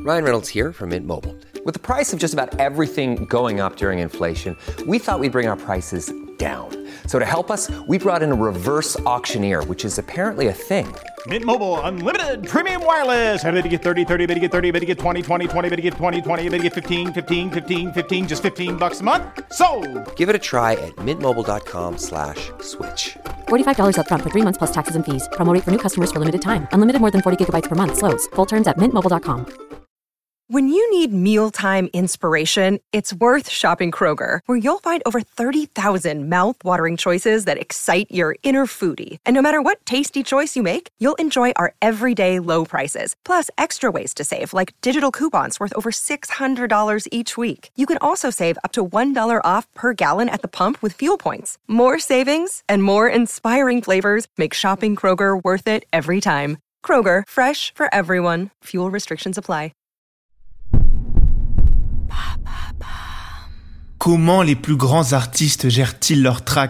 Ryan Reynolds here from Mint Mobile. With the price of just about everything going up during inflation, we thought we'd bring our prices down. So to help us, we brought in a reverse auctioneer, which is apparently a thing. Mint Mobile Unlimited Premium Wireless. How to get 30, 30, bit to get 30, bit to get 20, 20, 20, bit to get 20, 20, bit to get 15, 15, 15, 15, just $15 a month? Sold! Give it a try at mintmobile.com/switch. $45 up front for 3 months plus taxes and fees. Promo rate for new customers for limited time. Unlimited more than 40 gigabytes per month. Slows full terms at mintmobile.com. When you need mealtime inspiration, it's worth shopping Kroger, where you'll find over 30,000 mouth-watering choices that excite your inner foodie. And no matter what tasty choice you make, you'll enjoy our everyday low prices, plus extra ways to save, like digital coupons worth over $600 each week. You can also save up to $1 off per gallon at the pump with fuel points. More savings and more inspiring flavors make shopping Kroger worth it every time. Kroger, fresh for everyone. Fuel restrictions apply. Comment les plus grands artistes gèrent-ils leur trac ?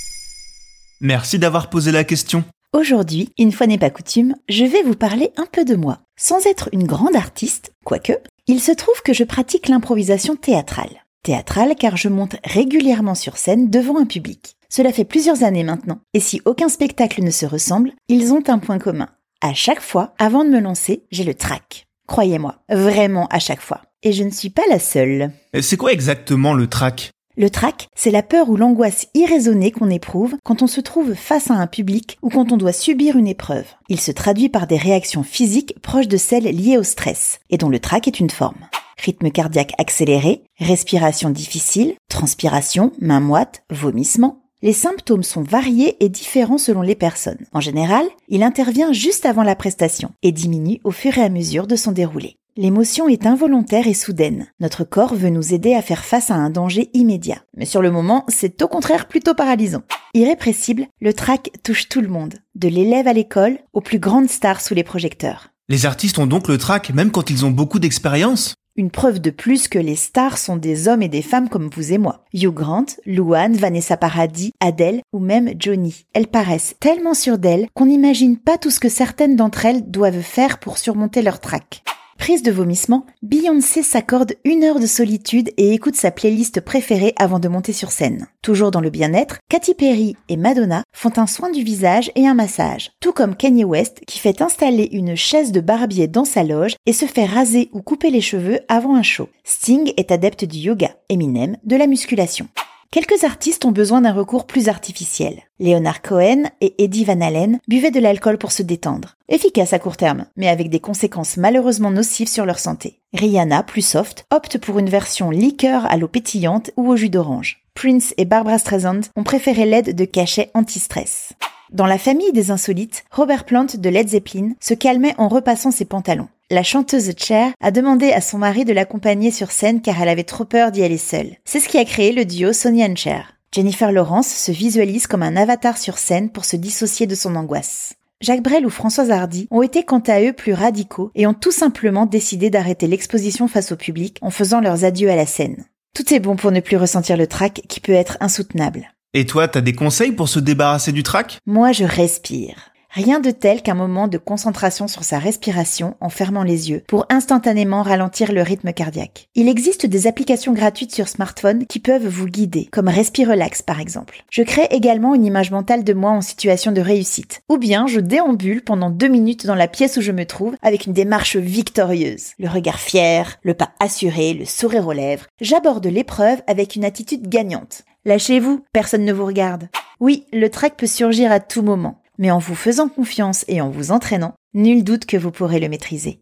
Merci d'avoir posé la question. Aujourd'hui, une fois n'est pas coutume, je vais vous parler un peu de moi. Sans être une grande artiste, quoique, il se trouve que je pratique l'improvisation théâtrale. Théâtrale car je monte régulièrement sur scène devant un public. Cela fait plusieurs années maintenant, et si aucun spectacle ne se ressemble, ils ont un point commun. À chaque fois, avant de me lancer, j'ai le trac. Croyez-moi, vraiment à chaque fois. Et je ne suis pas la seule. C'est quoi exactement le trac ? Le trac, c'est la peur ou l'angoisse irraisonnée qu'on éprouve quand on se trouve face à un public ou quand on doit subir une épreuve. Il se traduit par des réactions physiques proches de celles liées au stress, et dont le trac est une forme. Rythme cardiaque accéléré, respiration difficile, transpiration, mains moites, vomissements. Les symptômes sont variés et différents selon les personnes. En général, il intervient juste avant la prestation et diminue au fur et à mesure de son déroulé. L'émotion est involontaire et soudaine. Notre corps veut nous aider à faire face à un danger immédiat. Mais sur le moment, c'est au contraire plutôt paralysant. Irrépressible, le trac touche tout le monde, de l'élève à l'école aux plus grandes stars sous les projecteurs. Les artistes ont donc le trac même quand ils ont beaucoup d'expérience ? Une preuve de plus que les stars sont des hommes et des femmes comme vous et moi. Hugh Grant, Louane, Vanessa Paradis, Adele ou même Johnny. Elles paraissent tellement sûres d'elles qu'on n'imagine pas tout ce que certaines d'entre elles doivent faire pour surmonter leur trac. Prise de vomissement, Beyoncé s'accorde 1 heure de solitude et écoute sa playlist préférée avant de monter sur scène. Toujours dans le bien-être, Katy Perry et Madonna font un soin du visage et un massage. Tout comme Kanye West qui fait installer une chaise de barbier dans sa loge et se fait raser ou couper les cheveux avant un show. Sting est adepte du yoga, Eminem de la musculation. Quelques artistes ont besoin d'un recours plus artificiel. Leonard Cohen et Eddie Van Halen buvaient de l'alcool pour se détendre. Efficace à court terme, mais avec des conséquences malheureusement nocives sur leur santé. Rihanna, plus soft, opte pour une version liqueur à l'eau pétillante ou au jus d'orange. Prince et Barbra Streisand ont préféré l'aide de cachets anti-stress. Dans la famille des insolites, Robert Plant de Led Zeppelin se calmait en repassant ses pantalons. La chanteuse Cher a demandé à son mari de l'accompagner sur scène car elle avait trop peur d'y aller seule. C'est ce qui a créé le duo Sonny and Cher. Jennifer Lawrence se visualise comme un avatar sur scène pour se dissocier de son angoisse. Jacques Brel ou Françoise Hardy ont été quant à eux plus radicaux et ont tout simplement décidé d'arrêter l'exposition face au public en faisant leurs adieux à la scène. Tout est bon pour ne plus ressentir le trac qui peut être insoutenable. Et toi, t'as des conseils pour se débarrasser du trac ? Moi, je respire. Rien de tel qu'un moment de concentration sur sa respiration en fermant les yeux pour instantanément ralentir le rythme cardiaque. Il existe des applications gratuites sur smartphone qui peuvent vous guider, comme Respirelax par exemple. Je crée également une image mentale de moi en situation de réussite. Ou bien je déambule pendant 2 minutes dans la pièce où je me trouve avec une démarche victorieuse. Le regard fier, le pas assuré, le sourire aux lèvres. J'aborde l'épreuve avec une attitude gagnante. Lâchez-vous, personne ne vous regarde. Oui, le trac peut surgir à tout moment. Mais en vous faisant confiance et en vous entraînant, nul doute que vous pourrez le maîtriser.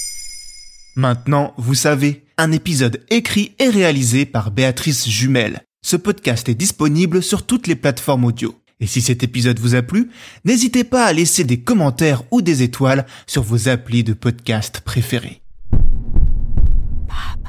Maintenant, vous savez, un épisode écrit et réalisé par Béatrice Jumel. Ce podcast est disponible sur toutes les plateformes audio. Et si cet épisode vous a plu, n'hésitez pas à laisser des commentaires ou des étoiles sur vos applis de podcast préférés.